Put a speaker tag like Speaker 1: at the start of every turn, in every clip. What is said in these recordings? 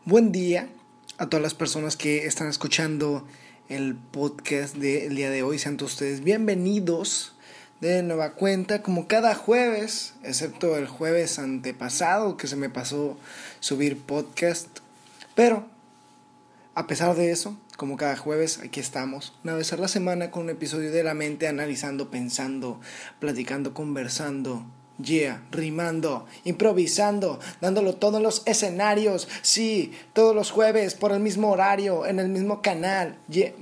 Speaker 1: Buen día a todas las personas que están escuchando el podcast del día de hoy. Sean todos ustedes bienvenidos de nueva cuenta, como cada jueves, excepto el jueves antepasado que se me pasó subir podcast. Pero a pesar de eso, como cada jueves, aquí estamos, una vez a la semana con un episodio de La Mente, analizando, pensando, platicando, conversando, rimando, improvisando, dándolo todo en los escenarios, sí, todos los jueves, por el mismo horario, en el mismo canal,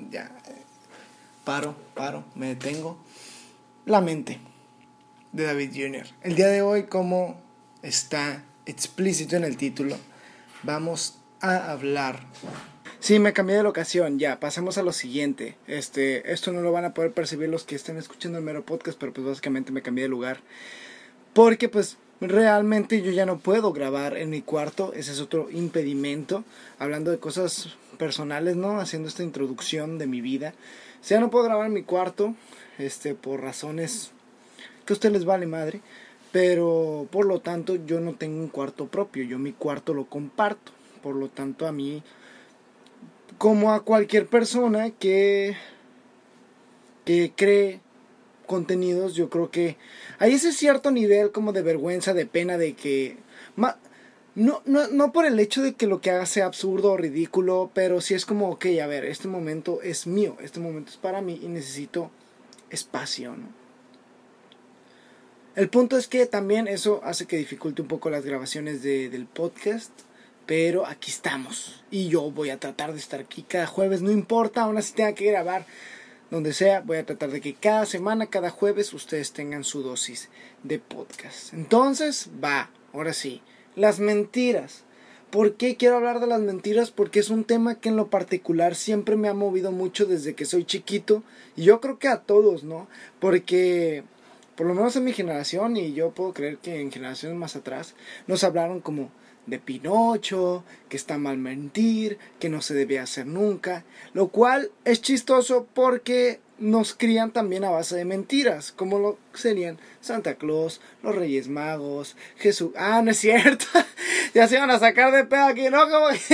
Speaker 1: Paro, me detengo. La Mente, de David Jr. El día de hoy, como está explícito en el título, vamos a hablar. Sí, me cambié de locación, ya, pasemos a lo siguiente. Esto no lo van a poder percibir los que estén escuchando el mero podcast, pero pues básicamente me cambié de lugar. Porque pues realmente yo ya no puedo grabar en mi cuarto, ese es otro impedimento, hablando de cosas personales, ¿no? Haciendo esta introducción de mi vida. O sea, no puedo grabar en mi cuarto, por razones que a ustedes les vale madre, pero por lo tanto yo no tengo un cuarto propio, yo mi cuarto lo comparto. Por lo tanto a mí, como a cualquier persona que cree contenidos, yo creo que hay ese cierto nivel como de vergüenza, de pena, de que no por el hecho de que lo que haga sea absurdo o ridículo, pero sí es como, ok, a ver, este momento es mío, este momento es para mí y necesito espacio, ¿no? El punto es que también eso hace que dificulte un poco las grabaciones del podcast, pero aquí estamos y yo voy a tratar de estar aquí cada jueves, no importa, aún así tenga que grabar donde sea, voy a tratar de que cada semana, cada jueves, ustedes tengan su dosis de podcast. Entonces, ahora sí, las mentiras. ¿Por qué quiero hablar de las mentiras? Porque es un tema que en lo particular siempre me ha movido mucho desde que soy chiquito. Y yo creo que a todos, ¿no? Porque, por lo menos en mi generación, y yo puedo creer que en generaciones más atrás, nos hablaron como de Pinocho, que está mal mentir, que no se debe hacer nunca, lo cual es chistoso porque nos crían también a base de mentiras, como lo serían Santa Claus, los Reyes Magos, Jesús. No es cierto, ya se van a sacar de pedo aquí, ¿no?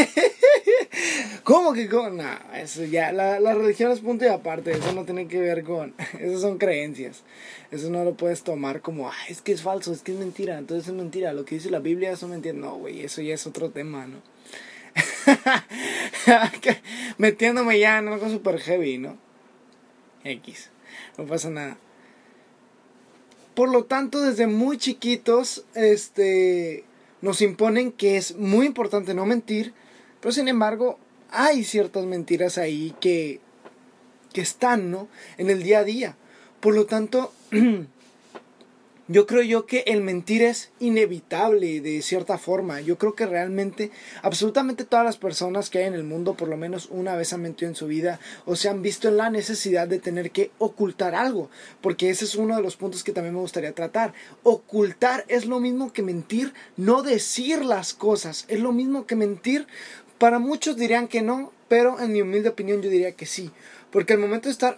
Speaker 1: ¿Cómo que? No, eso ya, la religión es punto y aparte, eso no tiene que ver con, esas son creencias, eso no lo puedes tomar como, es que es falso, es que es mentira, entonces es mentira, lo que dice la Biblia es mentira, no, güey, eso ya es otro tema, ¿no? Metiéndome ya en algo super heavy, ¿no? No pasa nada. Por lo tanto, desde muy chiquitos, nos imponen que es muy importante no mentir, pero sin embargo, hay ciertas mentiras ahí que están, ¿no? En el día a día. Por lo tanto, yo creo que el mentir es inevitable de cierta forma. Yo creo que realmente, absolutamente todas las personas que hay en el mundo, por lo menos una vez han mentido en su vida, o se han visto en la necesidad de tener que ocultar algo. Porque ese es uno de los puntos que también me gustaría tratar. Ocultar es lo mismo que mentir, no decir las cosas. Es lo mismo que mentir. Para muchos dirían que no, pero en mi humilde opinión yo diría que sí. Porque al momento de estar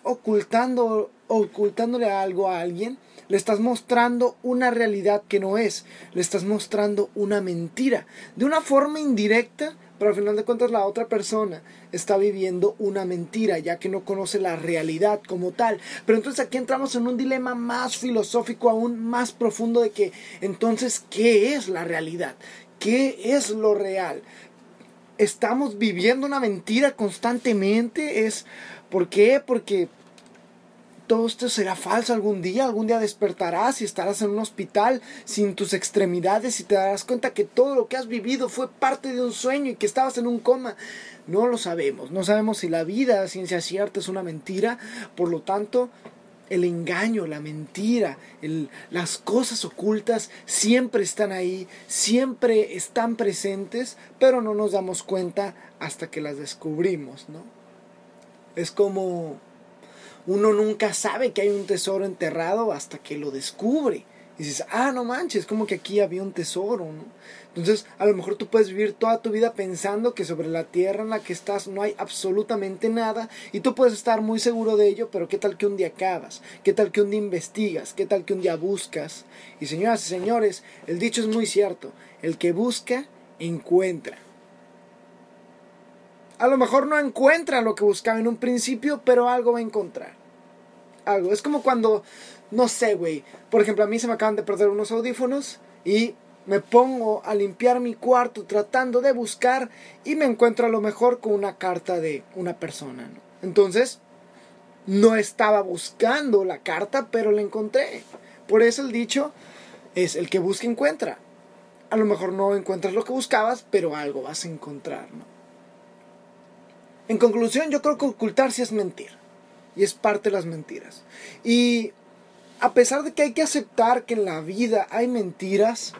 Speaker 1: ocultándole algo a alguien, le estás mostrando una realidad que no es. Le estás mostrando una mentira. De una forma indirecta, pero al final de cuentas la otra persona está viviendo una mentira, ya que no conoce la realidad como tal. Pero entonces aquí entramos en un dilema más filosófico, aún más profundo, de que entonces, ¿qué es la realidad? ¿Qué es lo real? ¿Estamos viviendo una mentira constantemente? ¿Por qué? Porque todo esto será falso algún día despertarás y estarás en un hospital sin tus extremidades y te darás cuenta que todo lo que has vivido fue parte de un sueño y que estabas en un coma. No lo sabemos, no sabemos si la vida a ciencia cierta es una mentira, por lo tanto el engaño, la mentira, las cosas ocultas siempre están ahí, siempre están presentes, pero no nos damos cuenta hasta que las descubrimos, ¿no? Es como uno nunca sabe que hay un tesoro enterrado hasta que lo descubre. Y dices, no manches, como que aquí había un tesoro, ¿no? Entonces, a lo mejor tú puedes vivir toda tu vida pensando que sobre la tierra en la que estás no hay absolutamente nada, y tú puedes estar muy seguro de ello, pero ¿qué tal que un día acabas? ¿Qué tal que un día investigas? ¿Qué tal que un día buscas? Y señoras y señores, el dicho es muy cierto, el que busca, encuentra. A lo mejor no encuentra lo que buscaba en un principio, pero algo va a encontrar. Algo. Es como cuando, no sé, güey. Por ejemplo, a mí se me acaban de perder unos audífonos y me pongo a limpiar mi cuarto tratando de buscar y me encuentro a lo mejor con una carta de una persona, ¿no? Entonces, no estaba buscando la carta, pero la encontré. Por eso el dicho es: el que busca encuentra. A lo mejor no encuentras lo que buscabas, pero algo vas a encontrar, ¿no? En conclusión, yo creo que ocultar sí es mentir. Y es parte de las mentiras. Y a pesar de que hay que aceptar que en la vida hay mentiras,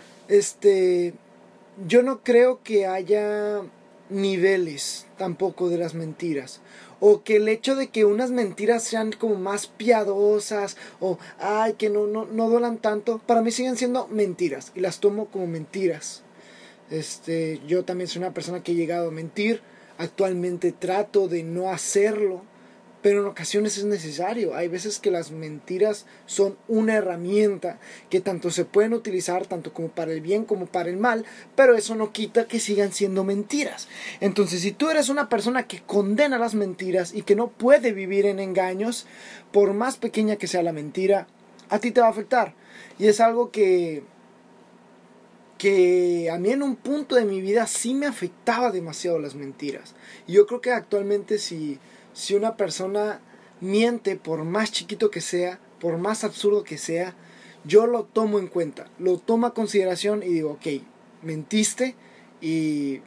Speaker 1: yo no creo que haya niveles tampoco de las mentiras. O que el hecho de que unas mentiras sean como más piadosas, o ay, que no duelan tanto, para mí siguen siendo mentiras. Y las tomo como mentiras. Yo también soy una persona que he llegado a mentir. Actualmente trato de no hacerlo, pero en ocasiones es necesario. Hay veces que las mentiras son una herramienta que tanto se pueden utilizar tanto como para el bien como para el mal, pero eso no quita que sigan siendo mentiras. Entonces, si tú eres una persona que condena las mentiras y que no puede vivir en engaños, por más pequeña que sea la mentira, a ti te va a afectar. Y es algo que a mí en un punto de mi vida sí me afectaba demasiado las mentiras. Y yo creo que actualmente si una persona miente, por más chiquito que sea, por más absurdo que sea, yo lo tomo en cuenta, lo tomo a consideración y digo, ok, mentiste y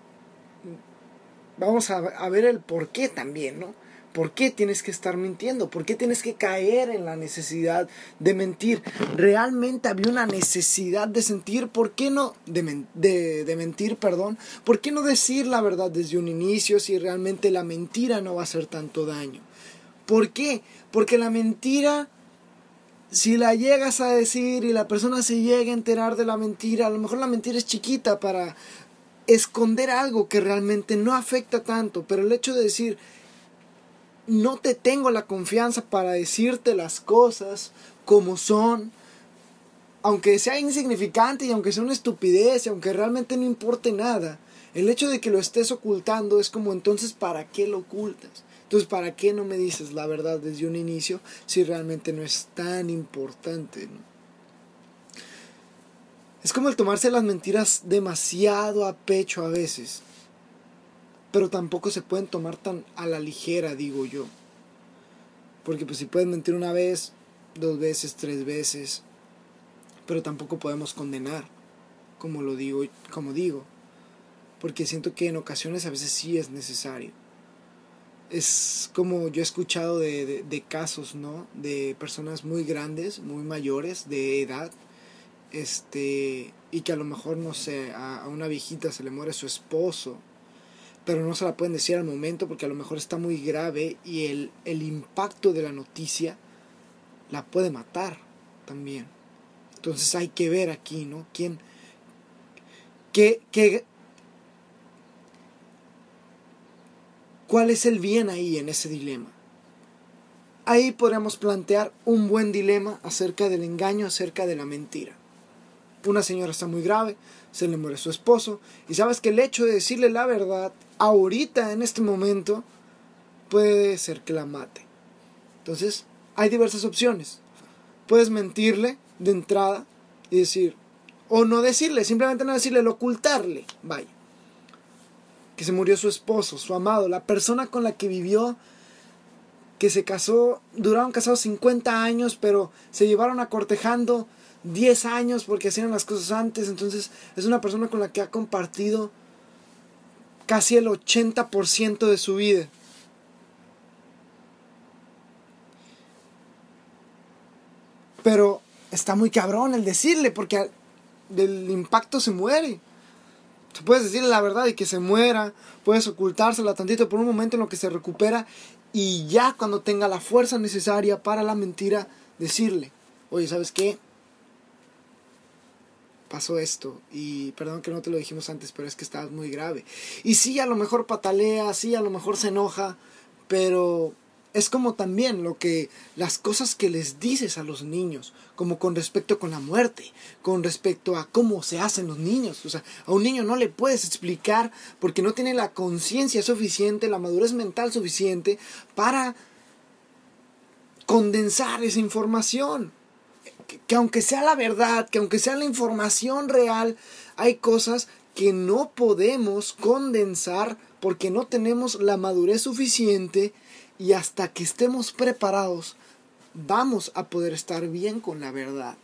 Speaker 1: vamos a ver el por qué también, ¿no? ¿Por qué tienes que estar mintiendo? ¿Por qué tienes que caer en la necesidad de mentir? ¿Realmente había una necesidad de sentir? ¿Por qué no? De mentir, perdón. ¿Por qué no decir la verdad desde un inicio si realmente la mentira no va a hacer tanto daño? ¿Por qué? Porque la mentira, si la llegas a decir y la persona se llega a enterar de la mentira, a lo mejor la mentira es chiquita para esconder algo que realmente no afecta tanto, pero el hecho de decir: no te tengo la confianza para decirte las cosas como son, aunque sea insignificante y aunque sea una estupidez y aunque realmente no importe nada, el hecho de que lo estés ocultando es como, entonces, ¿para qué lo ocultas? Entonces, ¿para qué no me dices la verdad desde un inicio si realmente no es tan importante, ¿no? Es como el tomarse las mentiras demasiado a pecho a veces, pero tampoco se pueden tomar tan a la ligera, digo yo. Porque pues si pueden mentir una vez, 2 veces, 3 veces, pero tampoco podemos condenar, como digo. Porque siento que en ocasiones a veces sí es necesario. Es como yo he escuchado de casos, ¿no? De personas muy grandes, muy mayores, de edad, y que a lo mejor, no sé, a una viejita se le muere su esposo, pero no se la pueden decir al momento porque a lo mejor está muy grave y el impacto de la noticia la puede matar también. Entonces hay que ver aquí, ¿no? ¿Cuál es el bien ahí en ese dilema? Ahí podríamos plantear un buen dilema acerca del engaño, acerca de la mentira. Una señora está muy grave, se le muere su esposo, y sabes que el hecho de decirle la verdad ahorita, en este momento, puede ser que la mate. Entonces, hay diversas opciones. Puedes mentirle de entrada y decir, o no decirle, simplemente no decirle, ocultarle, vaya, que se murió su esposo, su amado, la persona con la que vivió, que se casó, duraron casados 50 años, pero se llevaron acortejando 10 años porque hacían las cosas antes. Entonces es una persona con la que ha compartido casi el 80% de su vida. Pero está muy cabrón el decirle, porque del impacto se muere. Tú puedes decirle la verdad y que se muera, puedes ocultársela tantito por un momento en lo que se recupera, y ya cuando tenga la fuerza necesaria para la mentira, decirle, oye, ¿sabes qué? Pasó esto, y perdón que no te lo dijimos antes, pero es que estabas muy grave. Y sí, a lo mejor patalea, sí, a lo mejor se enoja, pero Es como también las cosas que les dices a los niños, como con respecto con la muerte, con respecto a cómo se hacen los niños. O sea, a un niño no le puedes explicar porque no tiene la conciencia suficiente, la madurez mental suficiente para condensar esa información. Que aunque sea la verdad, que aunque sea la información real, hay cosas que no podemos condensar porque no tenemos la madurez suficiente. Y hasta que estemos preparados, vamos a poder estar bien con la verdad.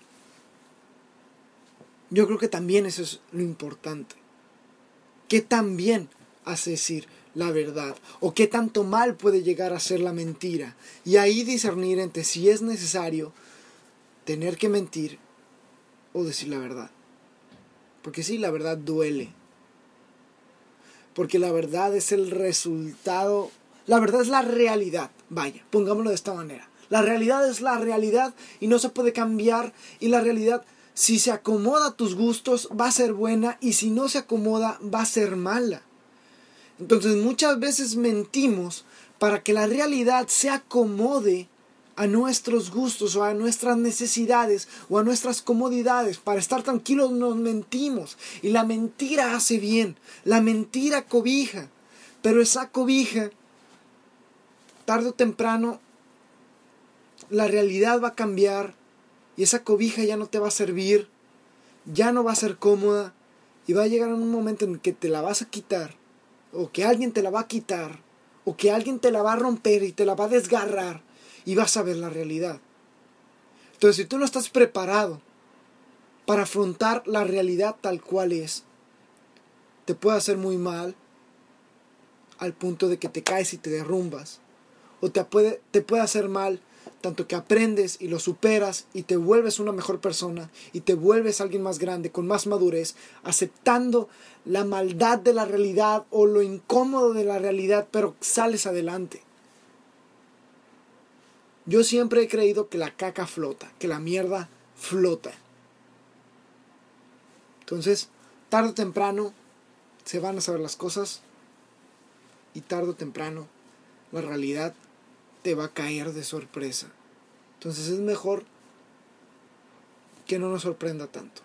Speaker 1: Yo creo que también eso es lo importante. ¿Qué tan bien hace decir la verdad? ¿O qué tanto mal puede llegar a ser la mentira? Y ahí discernir entre si es necesario tener que mentir o decir la verdad. Porque sí, la verdad duele. Porque la verdad es el resultado. La verdad es la realidad, vaya, pongámoslo de esta manera. La realidad es la realidad y no se puede cambiar. Y la realidad, si se acomoda a tus gustos, va a ser buena. Y si no se acomoda, va a ser mala. Entonces muchas veces mentimos para que la realidad se acomode a nuestros gustos o a nuestras necesidades o a nuestras comodidades. Para estar tranquilos nos mentimos. Y la mentira hace bien. La mentira cobija. Pero esa cobija, tarde o temprano, la realidad va a cambiar y esa cobija ya no te va a servir, ya no va a ser cómoda y va a llegar un momento en que te la vas a quitar, o que alguien te la va a quitar, o que alguien te la va a romper y te la va a desgarrar y vas a ver la realidad. Entonces, si tú no estás preparado para afrontar la realidad tal cual es, te puede hacer muy mal al punto de que te caes y te derrumbas. O te puede hacer mal, tanto que aprendes y lo superas y te vuelves una mejor persona y te vuelves alguien más grande, con más madurez, aceptando la maldad de la realidad o lo incómodo de la realidad, pero sales adelante. Yo siempre he creído que la caca flota, que la mierda flota. Entonces, tarde o temprano se van a saber las cosas y tarde o temprano la realidad te va a caer de sorpresa. Entonces es mejor que no nos sorprenda tanto.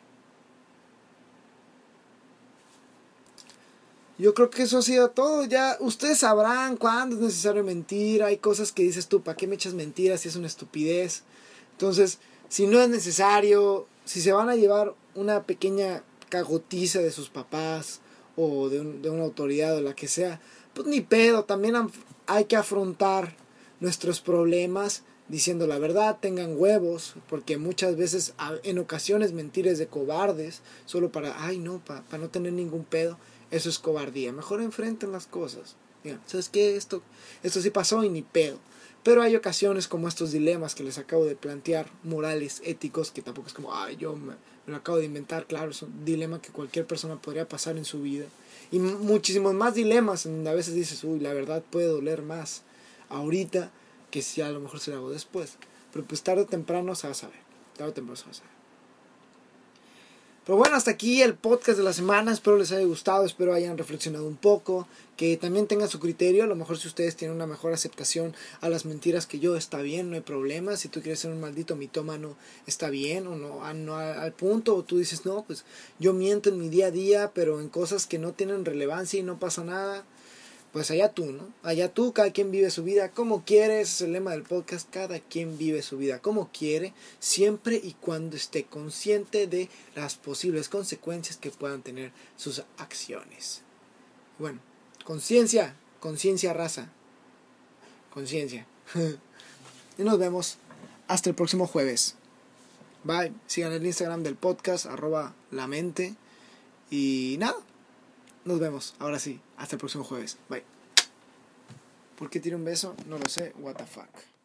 Speaker 1: Yo creo que eso ha sido todo. Ya ustedes sabrán cuándo es necesario mentir. Hay cosas que dices tú, ¿para qué me echas mentiras si es una estupidez? Entonces, si no es necesario, si se van a llevar una pequeña cagotiza de sus papás o de una autoridad o la que sea, pues ni pedo. También hay que afrontar nuestros problemas diciendo la verdad, tengan huevos, porque muchas veces, en ocasiones, mentir es de cobardes, solo para no tener ningún pedo. Eso es cobardía. Mejor enfrenten las cosas. Digan, ¿sabes qué? Esto sí pasó y ni pedo. Pero hay ocasiones como estos dilemas que les acabo de plantear, morales, éticos, que tampoco es como, yo me lo acabo de inventar. Claro, es un dilema que cualquier persona podría pasar en su vida. Y muchísimos más dilemas, en donde a veces dices, la verdad puede doler más ahorita que si a lo mejor se lo hago después. Pero pues tarde o temprano se va a saber. Tarde o temprano se va a saber. Pero bueno, hasta aquí el podcast de la semana. Espero les haya gustado, espero hayan reflexionado un poco, que también tengan su criterio. A lo mejor si ustedes tienen una mejor aceptación a las mentiras que yo, está bien, no hay problema. Si tú quieres ser un maldito mitómano, está bien, o no al punto, o tú dices, no, pues yo miento en mi día a día, pero en cosas que no tienen relevancia y no pasa nada. Pues allá tú, ¿no? Allá tú, cada quien vive su vida como quiere. Ese es el lema del podcast. Cada quien vive su vida como quiere, siempre y cuando esté consciente de las posibles consecuencias que puedan tener sus acciones. Bueno, conciencia raza. Conciencia. Y nos vemos hasta el próximo jueves. Bye. Sigan el Instagram del podcast, @lamente. Y nada. Nos vemos, ahora sí, hasta el próximo jueves. Bye. ¿Por qué tiro un beso? No lo sé, what the fuck.